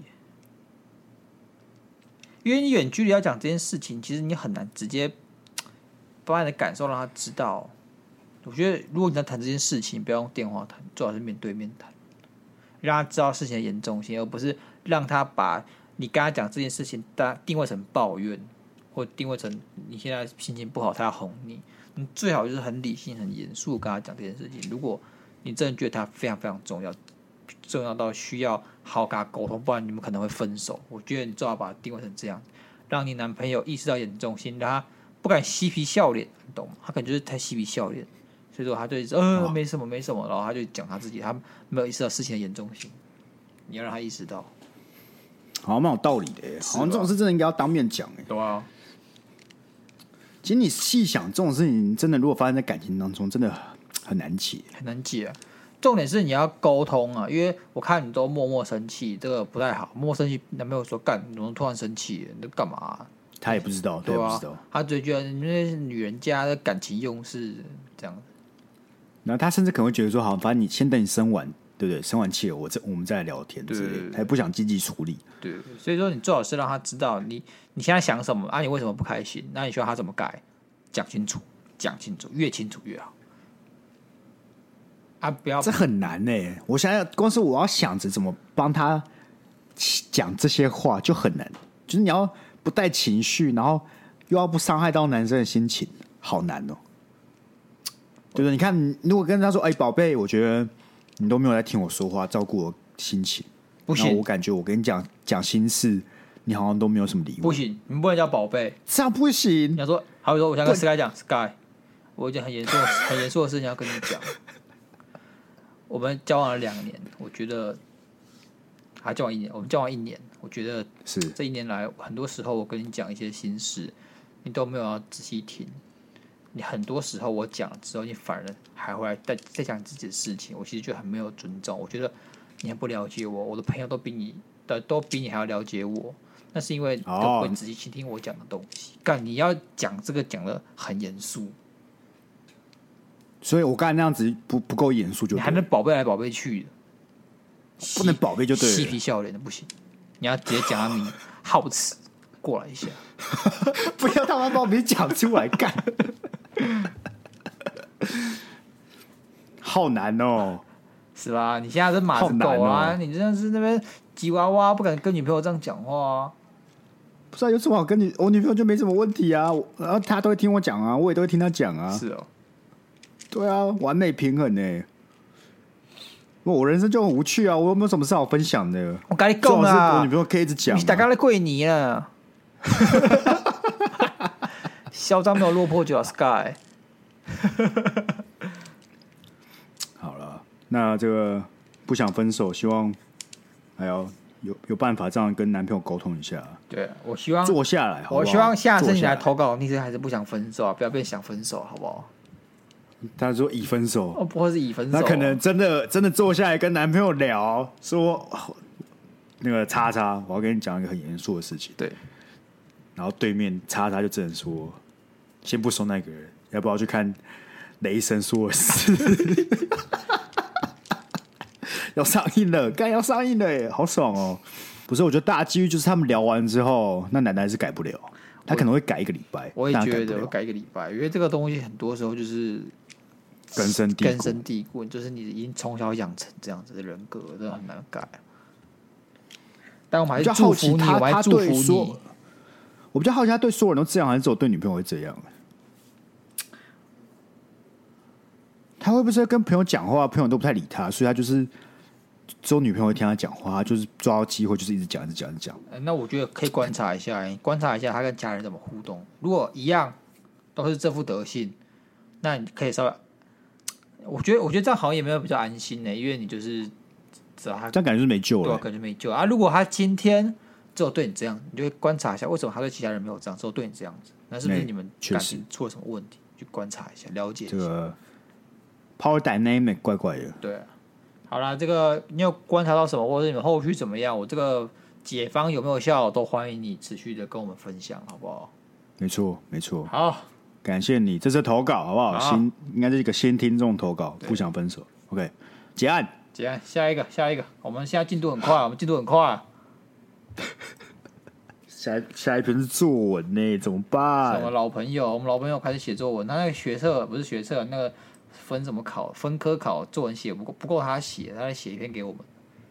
因为你远距离要讲这件事情，其实你很难直接把你的感受让他知道。我觉得，如果你要谈这件事情，不要用电话谈，最好是面对面谈，让他知道事情的严重性，而不是让他把你跟他讲这件事情，定位成抱怨，或定位成你现在心情不好，他要哄你。你最好就是很理性、很严肃跟他讲这件事情。如果你真的觉得他非常非常重要，重要到需要好好跟他沟通，不然你们可能会分手。我觉得你最好把它定位成这样，让你男朋友意识到严重性，让他不敢嬉皮笑脸，你懂吗？他可能就是太嬉皮笑脸。所以说他就没什么没什么，然后他就讲他自己，他没有意识到事情的严重性。你要让他意识到， 好像蛮有道理的、欸，好像这种事真的应该要当面讲、欸。 对啊。 其实你细想，这种事情真的如果发生在感情当中，真的很难解， 很难解、啊。重点是你要沟通啊，因为我看你都默默生气，这个不太好。默默生气，男朋友说干，你怎么突然生气？你在干嘛、啊？ 他也不知道， 对啊， 他也不知道， 他只觉得你们那些女人家的感情用事这样。 然后他甚至可能会觉得说，好，反正你先等你生完，对不对？生完气了，我们再来聊天之类的，他也不想积极处理。 对，所以说你最好是让他知道你现在想什么啊，你为什么不开心？那你需要他怎么改？讲清楚，越清楚越好。啊，不要， 这很难呢、欸。我想想，光是我要想着怎么帮他讲这些话就很难，就是你要不带情绪，然后又要不伤害到男生的心情，好难哦、喔。对不对？你看，如果跟他说：“哎、宝贝，我觉得你都没有在听我说话，照顾我心情。” 不行， 我感觉我跟你讲心事，你好像都没有什么理我。 不行，你不能叫宝贝， 这样不行。 你要说，好比说，我想跟 Sky 讲 ，Sky， 我有件很严肃的事情要跟你讲。我们交往了2年，我觉得还交往1年，我们交往1年，我觉得是这1年来，很多时候我跟你讲一些心事，你都没有要仔细听。你很多时候我讲了之后，你反而还会再讲自己的事情，我其实觉得很没有尊重。我觉得你很不了解我，我的朋友都比你还要了解我，那是因为都不会仔细倾听我讲的东西。干，你要讲这个讲的很严肃， 所以我刚才那样子不够严肃，就你还能宝贝来宝贝去的， 不能宝贝就对了， 嬉皮笑脸的不行，你要直接讲他名好词过来一下， 不要他妈把我名讲出来干。好难哦， 是吧？你现在是马子狗啊，你真的是那边吉娃娃，不敢跟女朋友这样讲话啊。 不是啊，有什么好跟我女朋友就没什么问题啊，然后她都会听我讲啊，我也都会听她讲啊。 是哦， 对啊，完美平衡呢、欸。我人生就很无趣啊，我有没有什么事好分享的？ 我跟你讲啊， 我女朋友可以一直讲、啊。 你大概在跪你了。嚣张没有落魄就要 Sky。 好了，那这个不想分手，希望还要有办法这样跟男朋友沟通一下。 对，我希望坐下来好不好， 我希望下次你来投稿，你还是不想分手啊，不要变想分手，好不好？ 他说已分手， 哦，不会是已分手、啊， 那可能真的坐下来跟男朋友聊，说那个叉叉，我要跟你讲一个很严肃的事情。 对， 然后对面叉叉就只能说，先不说那个人，要不要去看雷神说的事？要上映了，干要上映了耶，好爽哦！不是，我觉得大几率就是他们聊完之后，那男的还是改不了。 他可能会改一个礼拜。 我也觉得会改一个礼拜，因为这个东西很多时候就是根深蒂固，就是你已经从小养成这样子的人格，真的很难改。但我们还是祝福你，我还祝福你。 我比较好奇，他对所有人都这样，还是只有对女朋友会这样？他会不会跟朋友讲话，朋友都不太理他，所以他就是只有女朋友会听他讲话，他就是抓到机会就是一直讲。 那我觉得可以观察一下，他跟家人怎么互动。如果一样都是这副德性，那你可以稍微，我觉得这样好像也没有比较安心呢，因为你就是知道他这样感觉就是没救了， 对，感觉没救啊。如果他今天只有对你这样，你就会观察一下，为什么他对其他人没有这样，只有对你这样子？那是不是你们感情出了什么问题？去观察一下，了解一下。这个 power dynamic 怪怪的。 对，好啦，这个你有观察到什么，或者你们后续怎么样？我这个解方有没有效，都欢迎你持续的跟我们分享，好不好？ 没错。 好， 感谢你这次投稿，好不好？应该是一个新听众投稿，不想分手。OK， 结案， 下一个。我们现在进度很快， 下一篇是作文呢，怎么办？ 我们老朋友开始写作文，他那个学测不是学测，那个分怎么考？分科考作文写不够他写，他再写一篇给我们。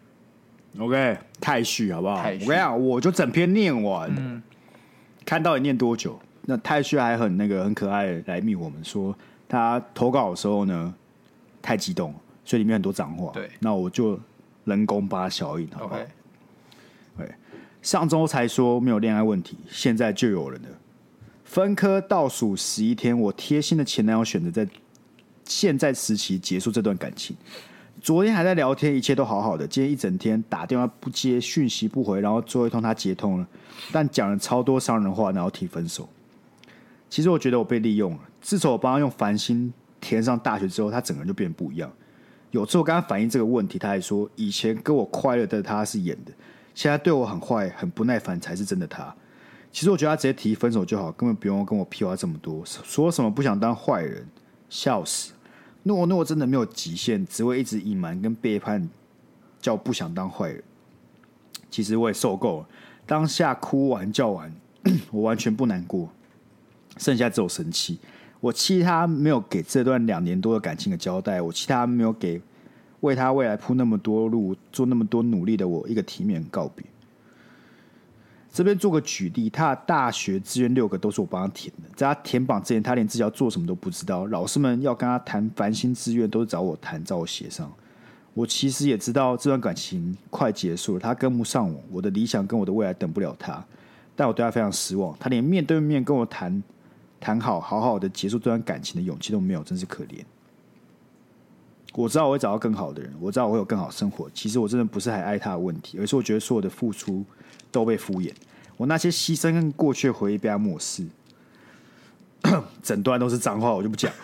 OK， 太序好不好？我跟你讲，我就整篇念完，看到底念多久？那太序还很可爱的来密我们说，他投稿的时候呢太激动，所以里面很多脏话。 对， 那我就人工把它消音，好不好？ OK。 对，上周才说没有恋爱问题，现在就有人了。分科倒数11天，我贴心的前男友选择在现在时期结束这段感情。昨天还在聊天，一切都好好的。今天一整天打电话不接，讯息不回，然后最后一通他接通了，但讲了超多伤人话，然后提分手。其实我觉得我被利用了。自从我帮他用繁星填上大学之后，他整个人就变得不一样。有次我跟他反映这个问题，他还说以前跟我快乐的他是演的，现在对我很坏、很不耐烦才是真的他。其实我觉得他直接提分手就好，根本不用跟我屁话这么多，说什么不想当坏人，笑死。诺真的没有极限，只会一直隐瞒跟背叛，叫不想当坏人。其实我也受够了，当下哭完叫完，我完全不难过，剩下只有生气。我气他没有给这段2年多的感情的交代，我气他没有给为他未来铺那么多路、做那么多努力的我一个体面告别。这边做个举例，他的大学志愿6个都是我帮他填的，在他填榜之前，他连自己要做什么都不知道。老师们要跟他谈繁星志愿，都是找我谈，找我协商。我其实也知道这段感情快结束了，他跟不上我，我的理想跟我的未来等不了他，但我对他非常失望。他连面对面跟我谈好的结束这段感情的勇气都没有，真是可怜。我知道我会找到更好的人，我知道我会有更好的生活。其实我真的不是还爱他的问题，而是我觉得所有的付出都被敷衍。我那些牺牲跟过去的回忆被他漠视，整段都是脏话，我就不讲。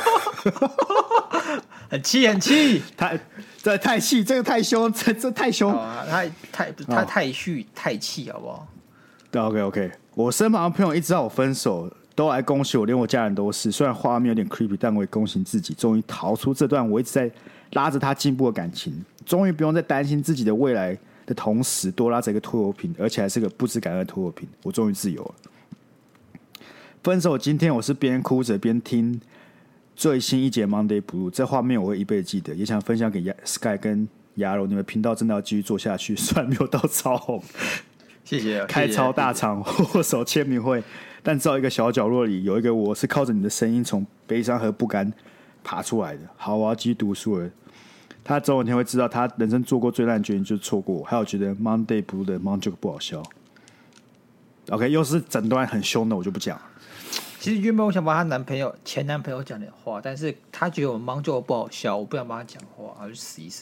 很气， 这太气，这个太凶，这太凶。 他太虚太气，好不好？ 对 ，OK。我身旁的朋友一直到我分手，都来恭喜我，连我家人都是。虽然画面有点 creepy， 但我也恭喜自己，终于逃出这段我一直在拉着他进步的感情，终于不用再担心自己的未来的同时，多拉着一个拖油瓶，而且还是个不知感恩的拖油瓶。我终于自由了。分手今天，我是边哭着边听最新一节 Monday Blue， 这画面我会一辈子记得，也想分享给 Sky 跟牙柔，你们频道真的要继续做下去，虽然没有到超红， 谢谢， 开超大场握手签名会，但至少一个小角落里有一个我是靠着你的声音从悲伤和不甘爬出来的。好，我要继续读书了。他总有一天会知道，他人生做过最烂的决定就是错过我。还有觉得 Monday Blue 的 Mon Joke 不好笑。OK， 又是整段很凶的，我就不讲了。 其实原本我想帮她前男朋友讲点话，但是他觉得我忙就不好笑，我不想帮他讲话，他就死一死。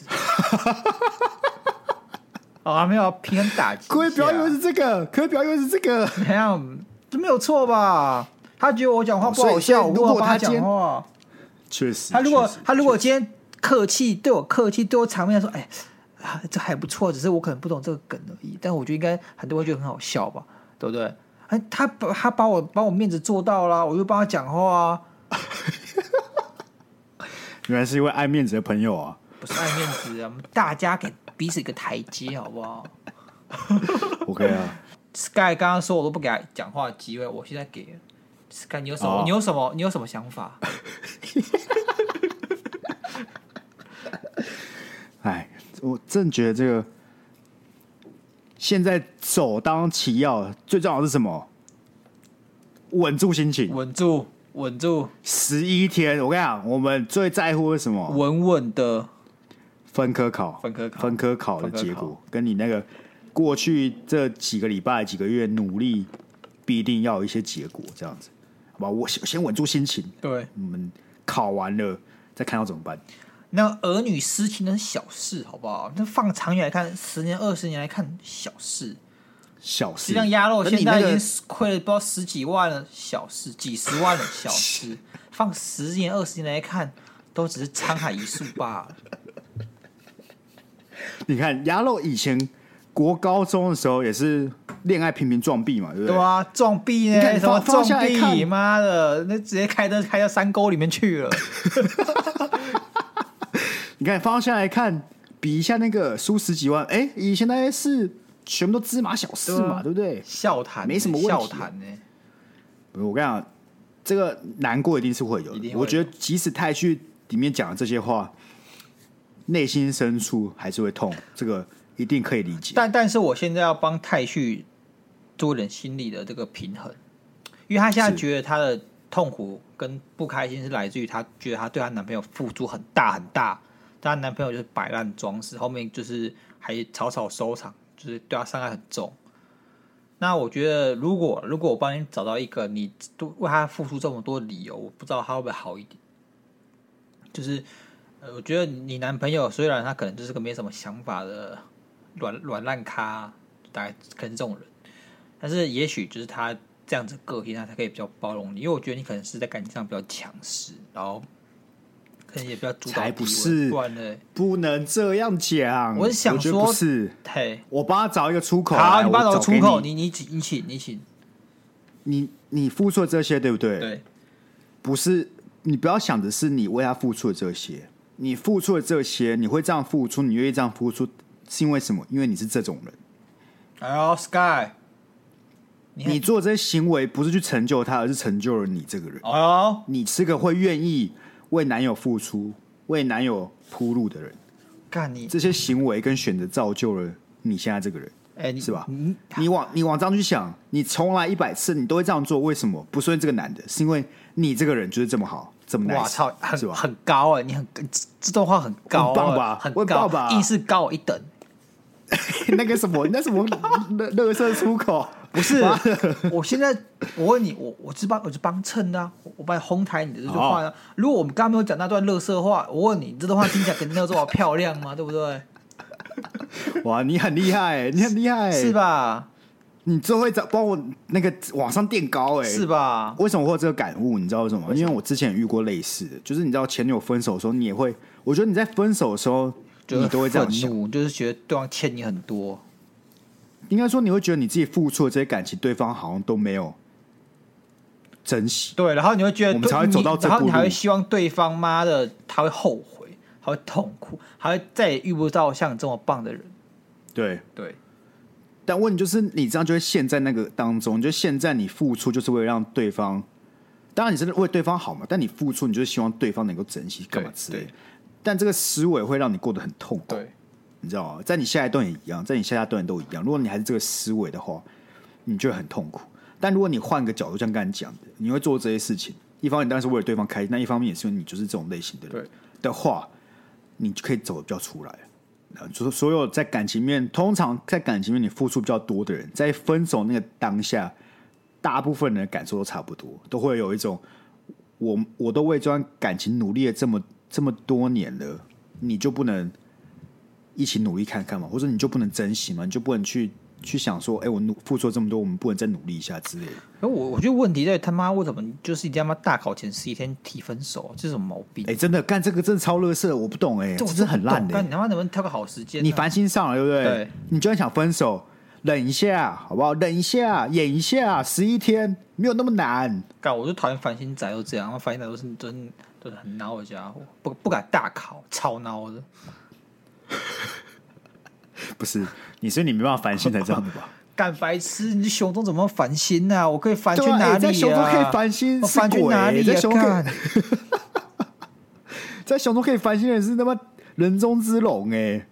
哦，没有平衡打击。各位不要以为是这个， 没有，这没有错吧？他觉得我讲话不好笑， 如果他讲话， 确实， 他如果今天对我场面说，哎，这还不错，只是我可能不懂这个梗而已。但我觉得应该很多人觉得很好笑吧，对不对？哎，他把我面子做到了，我就帮他讲话啊。 原来是因为爱面子的朋友啊， 不是爱面子啊，我们大家给彼此一个台阶，好不好？ OK 啊， Sky 刚刚说我都不给他讲话的机会，我现在给了 Sky， 你有什么？你有什么想法？ 哎，我真的觉得这个现在首当其要，最重要的是什么？稳住心情， 稳住。 11天，我跟你讲，我们最在乎的是什么？ 稳稳的分科考的结果，跟你那个过去这几个礼拜、几个月努力，必定要有一些结果，这样子，好吧？我先稳住心情， 对， 我们考完了再看要怎么办。 那儿女私情的小事，好不好？那放长远来看，10年、20年来看，小事。就像鸭肉现在已经亏了不知道10几万了，小事；几十万了，小事。放10年、20年来看，都只是沧海一粟罢了。 你看鸭肉以前国高中的时候也是恋爱频频撞壁嘛，对不对？ 对啊，撞壁呢？什么撞壁？妈的，那直接开到山沟里面去了。 你看放下来看，比一下那个输10几万，以前那些是全部都芝麻小事嘛，对不对？ 笑谈没什么问题。 笑谈呢？ 我跟你讲，这个难过一定是会有的。我觉得即使太旭里面讲的这些话，内心深处还是会痛，这个一定可以理解。 但是我现在要帮太旭做一点心理的这个平衡，因为他现在觉得他的痛苦跟不开心是来自于他觉得他对他男朋友付出很大很大，但他男朋友就是摆烂装饰，后面就是还草草收场，就是对他伤害很重。那我觉得，如果我帮你找到一个你为他付出这么多的理由，我不知道他会不会好一点。就是我觉得你男朋友虽然他可能就是个没什么想法的软烂咖，大概可能是这种人，但是也许就是他这样子个性，他才可以比较包容你。因为我觉得你可能是在感情上比较强势，然后可能也比较主导。 才不是，不能这样讲。 我是想说， 不是， 嘿， 我帮他找一个出口。 好，你帮他找出口，你请。 你付出的这些，对不对？ 对， 不是，你不要想的是你为他付出的这些，你付出的这些，你会这样付出，你愿意这样付出，是因为什么？因为你是这种人。 哎呦 ，Sky， 你做这些行为不是去成就他，而是成就了你这个人。 哦， 你是个会愿意为男友付出、为男友铺路的人。 干你这些行为跟选择造就了你现在这个人。是吧？你往这样去想，你重来100次，你都会这样做。为什么？不是因为这个男的，是因为你这个人就是这么好，这么 nice。 我操， 是吧？ 很高哎，你这段话很高， 很棒吧？ 很高吧？硬是高我一等。 那个什么，那什么垃圾出口？ 不是，我现在我问你，我是帮衬的啊，我帮你哄抬你的这句话呢。如果我们刚刚没有讲那段垃圾话，我问你，这段话听起来跟那个话漂亮吗？对不对？ 哇，你很厉害，你很厉害， 是吧？ 你最会帮我那个往上垫高， 是吧？ 为什么会有这个感悟？你知道为什么？因为我之前也遇过类似的，就是你知道前女友分手的时候，你也会，我觉得你在分手的时候，你都会这样想， 就是觉得对方欠你很多。 应该说，你会觉得你自己付出的这些感情，对方好像都没有珍惜。 对，然后你会觉得我们才会走到这步路， 然后你还会希望对方妈的他会后悔，他会痛苦，他会再也遇不到像你这么棒的人。 对， 但问题就是你这样就会陷在那个当中，就现在你付出就是为了让对方，当然你是为对方好嘛，但你付出你就是希望对方能够珍惜干嘛之类的。但这个思维会让你过得很痛苦， 对， 你知道吗？在你下一段也一样，在你下段都一样。如果你还是这个思维的话，你就会很痛苦。但如果你换个角度，像刚才讲的，你会做这些事情，一方面当然是为了对方开心，但一方面也是因为你就是这种类型的人的话，你就可以走得比较出来。就是所有在感情面，通常在感情面你付出比较多的人，在分手那个当下，大部分人的感受都差不多，都会有一种我都为这段感情努力了这么多年了，你就不能一起努力看看嘛？或者你就不能珍惜嘛？你就不能去想说，我付出了这么多，我们不能再努力一下之类的。 我觉得问题在他妈为什么就是一定要大考前11天提分手，这是什么毛病？ 真的干这个真的超垃圾，我不懂这真的很烂的。 你他妈能不能挑个好时间？ 你烦心上了，对不对？ 对， 你就算想分手，忍一下好不好？忍一下，演一下，11天没有那么难。 干，我就讨厌烦心仔都这样，烦心仔都是很孬的家伙，不敢大考，超孬的。 不是，所以你没办法烦心才这样的吧？ 干白痴！你熊中怎么繁星啊？我可以繁去哪里啊？ 在熊中可以繁星， 我繁去哪里啊？干， 在熊中可以繁星的是他妈人中之龙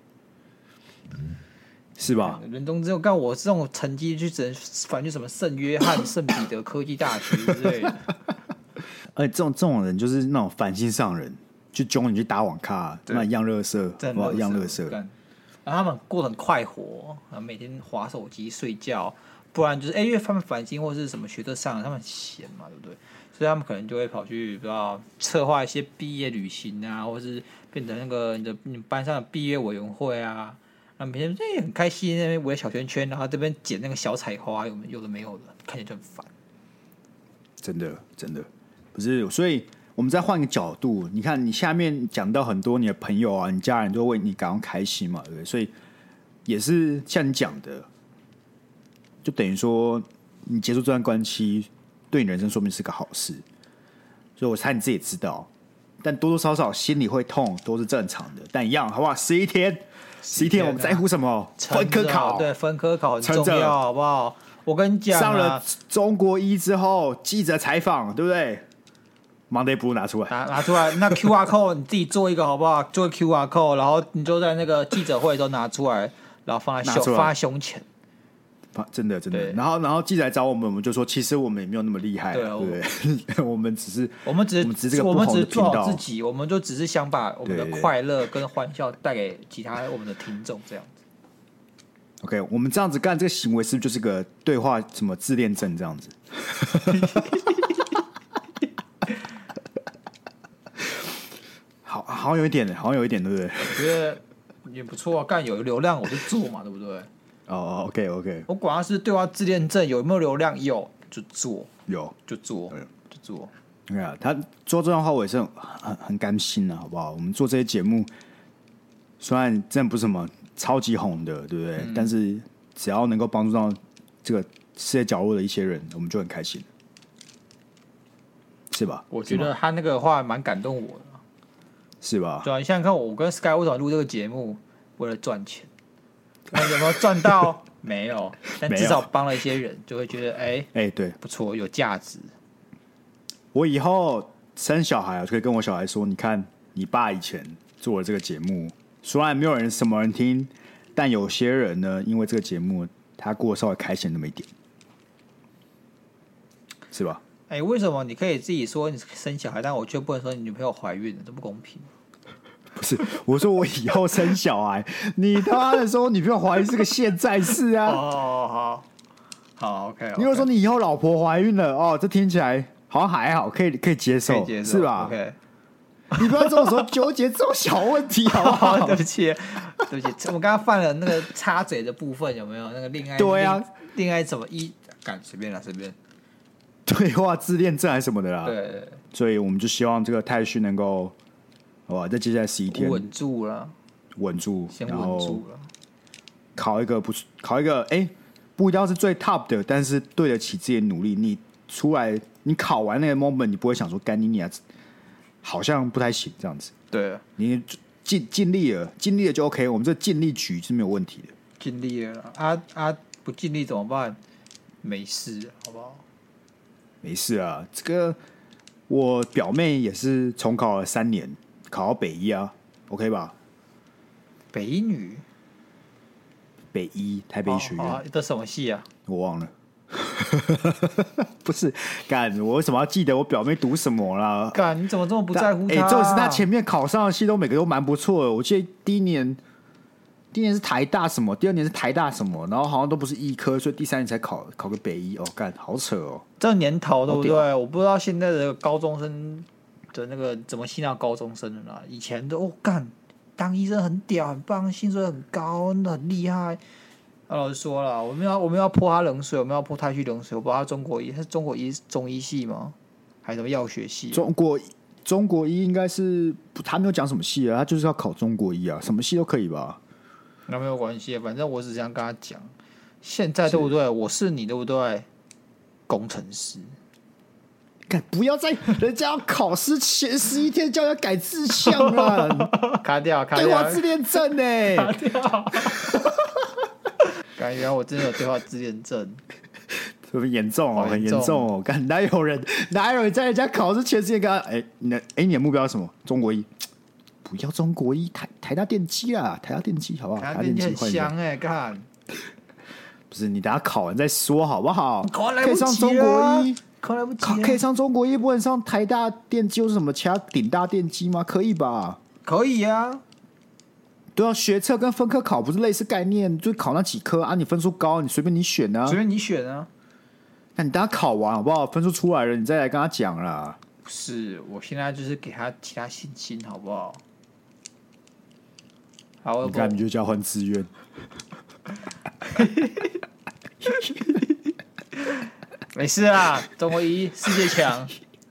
是吧？ 人中之龙，干我这种成绩去只能繁去什么圣约翰、圣彼得科技大学之类的。 而且这种人就是那种繁星上人，就揪你去打网咖，那一样垃圾，哇，一样垃圾。 然后他们过得很快活，然后每天滑手机睡觉，不然就是因为他们繁星或是什么学测上，他们很闲嘛，对不对？所以他们可能就会跑去不知道策划一些毕业旅行啊，或是变成那个你班上的毕业委员会啊，然后每天很开心那边围小圈圈，然后这边捡那个小彩花，有的没有的，看起来就很烦。真的不是，所以我们再换个角度，你看你下面讲到很多你的朋友啊，你家人都为你感到开心嘛，对不对？所以也是像你讲的，就等于说你结束这段关系，对你人生说明是个好事。所以我猜你自己也知道，但多多少少心里会痛都是正常的。但一样，好不好？11天，我们在乎什么？分科考， 对，分科考很重要，好不好？我跟你讲， 上了中国一之后，记者采访，对不对？Monday Blue 拿出来， 拿出来。那 QR code 你自己做一个好不好？做 QR code， 然后你就在那个记者会都拿出来，然后放在胸前。 真的。然后记者来找我们就说，其实我们也没有那么厉害，对不对？我们只是这个不同的频道， 做好自己，我们就只是想把我们的快乐跟欢笑带给其他我们的听众，这样子。 OK， 我们这样子干这个行为是不是就是个对话什么自恋症这样子？好像有一点，对不对？ 我觉得也不错啊，干有流量我就做嘛，对不对？ 哦 ，OK， 我管他是对话自恋症有没有流量，有就做，就做。 对啊，他做这段话我也是很甘心啊，好不好？我们做这些节目，虽然真的不是什么超级红的，对不对？但是只要能够帮助到这个世界角落的一些人，我们就很开心，是吧？ 我觉得他那个话蛮感动我的， 是吧？ 对啊，你想想看，我跟 Sky 为什么录这个节目？为了赚钱，那有没有赚到？没有，但至少帮了一些人，就会觉得对， 不错，有价值。 我以后生小孩，我就可以跟我小孩说：“你看，你爸以前做了这个节目，虽然没有什么人听，但有些人呢，因为这个节目，他过得稍微开心那么一点，是吧？” 为什么你可以自己说你生小孩，但我却不能说你女朋友怀孕了？这不公平。 不是，我说我以后生小孩，你他妈的说女朋友怀孕是个现在事啊！ 好 ，OK。 你如果说你以后老婆怀孕了，这听起来好像还好，可以接受，是吧 ？OK。 你不要这种时候纠结这种小问题，好不好？ 对不起，我们刚刚犯了那个插嘴的部分，有没有那个恋爱？ 对啊， 恋爱怎么干随便。 对话自恋症还是什么的啦。 对， 所以我们就希望这个泰旭能够，好吧，在接下来11天稳住了，先稳住了， 考一个不一定要是最 top 的，但是对得起自己的努力。你出来，你考完那个 moment， 你不会想说干你好像不太行这样子。 对， 你尽力了就 OK。我们这尽力局是没有问题的。 尽力了不尽力怎么办？没事，好不好？ 没事啊，这个我表妹也是重考了3年，考到北一啊 ，OK 吧？ 北一女， 北一台北医学院， 这什么系啊？ 我忘了。不是干，我为什么要记得我表妹读什么啦？ 干，你怎么这么不在乎她？ 重点是她前面考上的系都每个都蛮不错的。我记得第一年是台大什么，第2年是台大什么，然后好像都不是医科，所以第3年才考个北医。干，好扯哦！ 这年头对不对？我不知道现在的高中生的那个怎么吸纳高中生的啦。以前都干当医生很屌很棒，薪水很高，很厉害。老实说了，我们要泼他冷水，我们要泼他去冷水。我不知道他中国医系吗？还是什么药学系？ 中国医应该是他没有讲什么系啊，他就是要考中国医啊，什么系都可以吧？ 那没有关系，反正我只想跟他讲，现在对不对？我是你对不对？工程师， 不要在人家要考试前11天就要改志向了， 卡掉， 对话自恋症呢？ 卡掉， 感觉我真的有对话自恋症， 特别严重哦， 好很严重严重哦。干哪有人在人家考试前之前跟他，你的目标是什么？中国一，不要中国一，台大电机啦，台大电机好不好？ 台大电机很换一下香看。 不是你等下考完再说好不好？ 考完来可以不及上中国啊一， 考来不及啊可以上中国一，不能上台大电机或是什么其他顶大电机吗？可以吧？ 可以啊， 对啊，学测跟分科考不是类似概念，就考那几科啊，你分数高，你随便你选啊随。便你选啊。 那你等下考完好不好？分数出来了，你再来跟他讲啦。 不是，我现在就是给他其他信心，好不好？好， 你看你就叫换志愿。 没事啊，中国一世界强。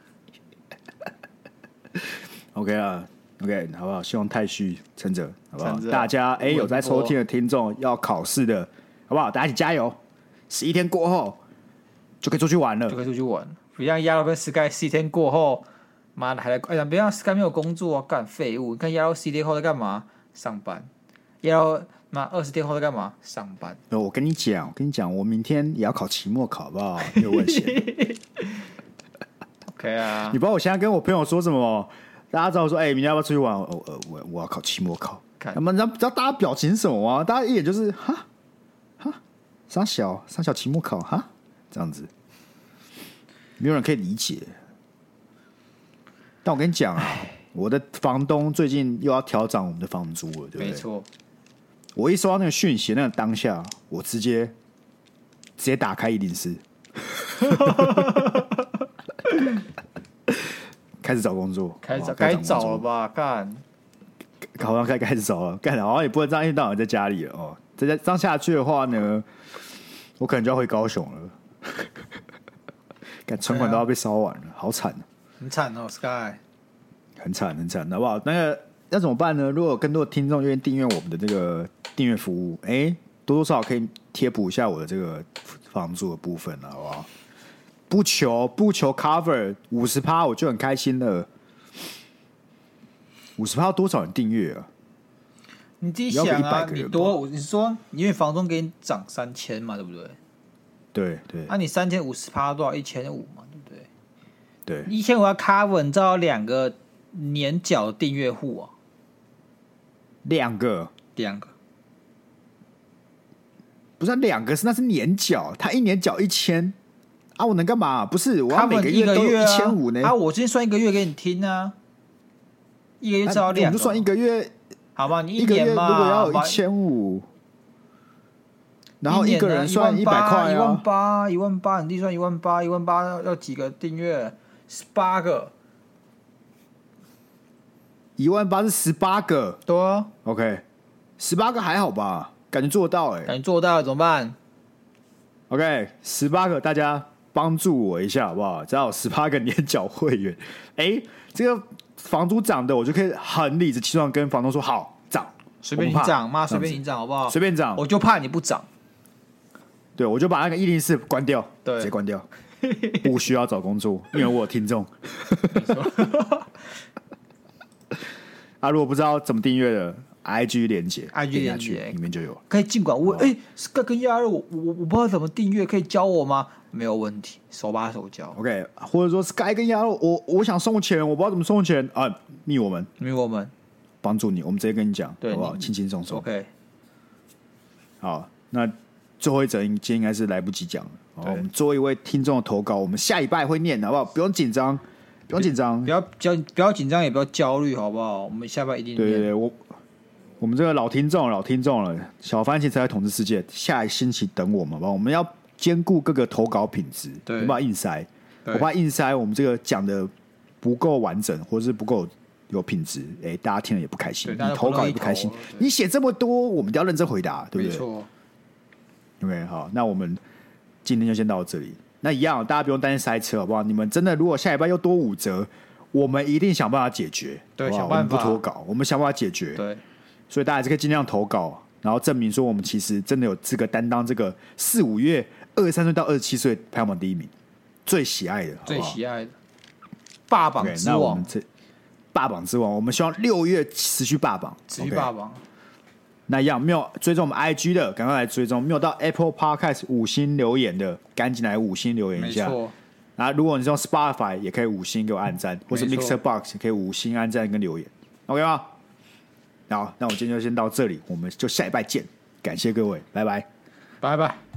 OK 啊 ，OK， 好不好？希望太虚撑着，好不好？ 撑着大家有在收听的听众要考试的，好不好？大家一起加油！11天过后就可以出去玩了就。可以出去玩，不像亚罗跟 Sky 4天过后，妈的还在不要 Sky 没有工作啊，干废物！你看亚罗4天后在干嘛？上班。亚罗妈20天后在干嘛？上班。 我跟你讲，我明天也要考期末考，好不好？没有问题。 OK 啊你，不知道我现在跟我朋友说什么？大家知道说，明天要不要出去玩？我要考期末考。 看那么你知道大家表情是什么吗？大家一眼就是哈，三小期末考哈，这样子，没有人可以理解。但我跟你讲啊，我的房东最近又要调涨我们的房租了，对不对？ 没错， 我一收到那个讯息，那个当下，我直接打开104，开始找工作， 该找了吧？干， 好像开始找了，干好像也不能这样一天到晚在家里了哦。这样下去的话呢，我可能就要回高雄了。干存款都要被烧完了，好惨啊！ 很惨哦，Sky。 很惨，好不好？那个要怎么办呢？如果有更多的听众愿意订阅我们的这个订阅服务，多多少少可以贴补一下我的这个房租的部分了，好不好？不求 cover 50%，我就很开心了。50%多少人订阅啊？ 你自己想啊，你你说因为房东给你涨3000嘛，对不对？ 对， 那你3000 50%多少？1500嘛，对不对？ 对， 1500要 cover，你知道2个年缴订阅户啊 2个 ，2个。 不是2个，那是年缴，他一年缴1000啊，我能干嘛？不是，我要每个一个都有月 1500呢。 啊，我今天算1个月给你听啊，一个月至少2个， 我们就算1个月， 好吧？你一个月如年嘛， 果要有1500，然后一个人算100块啊， 18000，你自己算18000要几个订阅？18个 18000是18个对啊， ，OK，18个还好吧？感觉做得到感觉做到了怎么办？ OK，18个，大家帮助我一下好不好？只要有18个年缴会员，这个房租涨的，我就可以很理直气壮跟房东说好涨， 随便你涨，妈随便你涨好不好？ 随便涨， 我就怕你不涨。 对，我就把那个104关掉， 对， 直接关掉，不需要找工作，因为我有听众。如果不知道怎么订阅的 ，IG 连结连结里面就有， 可以尽管问。Sky 跟亚热，我不知道怎么订阅，可以教我吗？没有问题，手把手教。 OK， 或者说 Sky 跟亚热，我想送钱，我不知道怎么送钱啊，密我们，帮助你，我们直接跟你讲，好不好？轻轻松松。 OK， 好，那最后一则今天应该是来不及讲了。我们作为一位听众的投稿，我们下礼拜会念，好不好？不用紧张，不要紧张，也不要焦虑，好不好？我们下礼拜一定念。 对，我们这个老听众了，小番茄才在统治世界，下一星期等我们，好不好？我们要兼顾各个投稿品质， 对， 我怕硬塞，我们这个讲的不够完整，或者是不够有品质，大家听了也不开心，你投稿也不开心，你写这么多，我们都要认真回答，对不对？ 没错。 OK， 好，那我们今天就先到这里。那一样，大家不用担心塞车，好不好？你们真的如果下礼拜又多5折，我们一定想办法解决， 对， 好不好？ 想办法， 我们不脱稿，我们想办法解决。 对， 所以大家还是可以尽量投稿，然后证明说我们其实真的有资格担当这个4、5月23岁到27岁排行榜第1名，最喜爱的， 最喜爱的霸榜之王。 霸榜之王，我们希望6月持续霸榜， 持续霸榜。 那一样没有追踪我们 IG 的，赶快来追踪；没有到 Apple Podcast 5星留言的，赶紧来5星留言一下。 没错。 然后如果你是用 Spotify， 也可以5星给我按赞，或是 Mixer Box 也可以5星按赞跟留言 ，OK 吗？好，那我今天就先到这里，我们就下礼拜见，感谢各位，拜拜， 拜拜。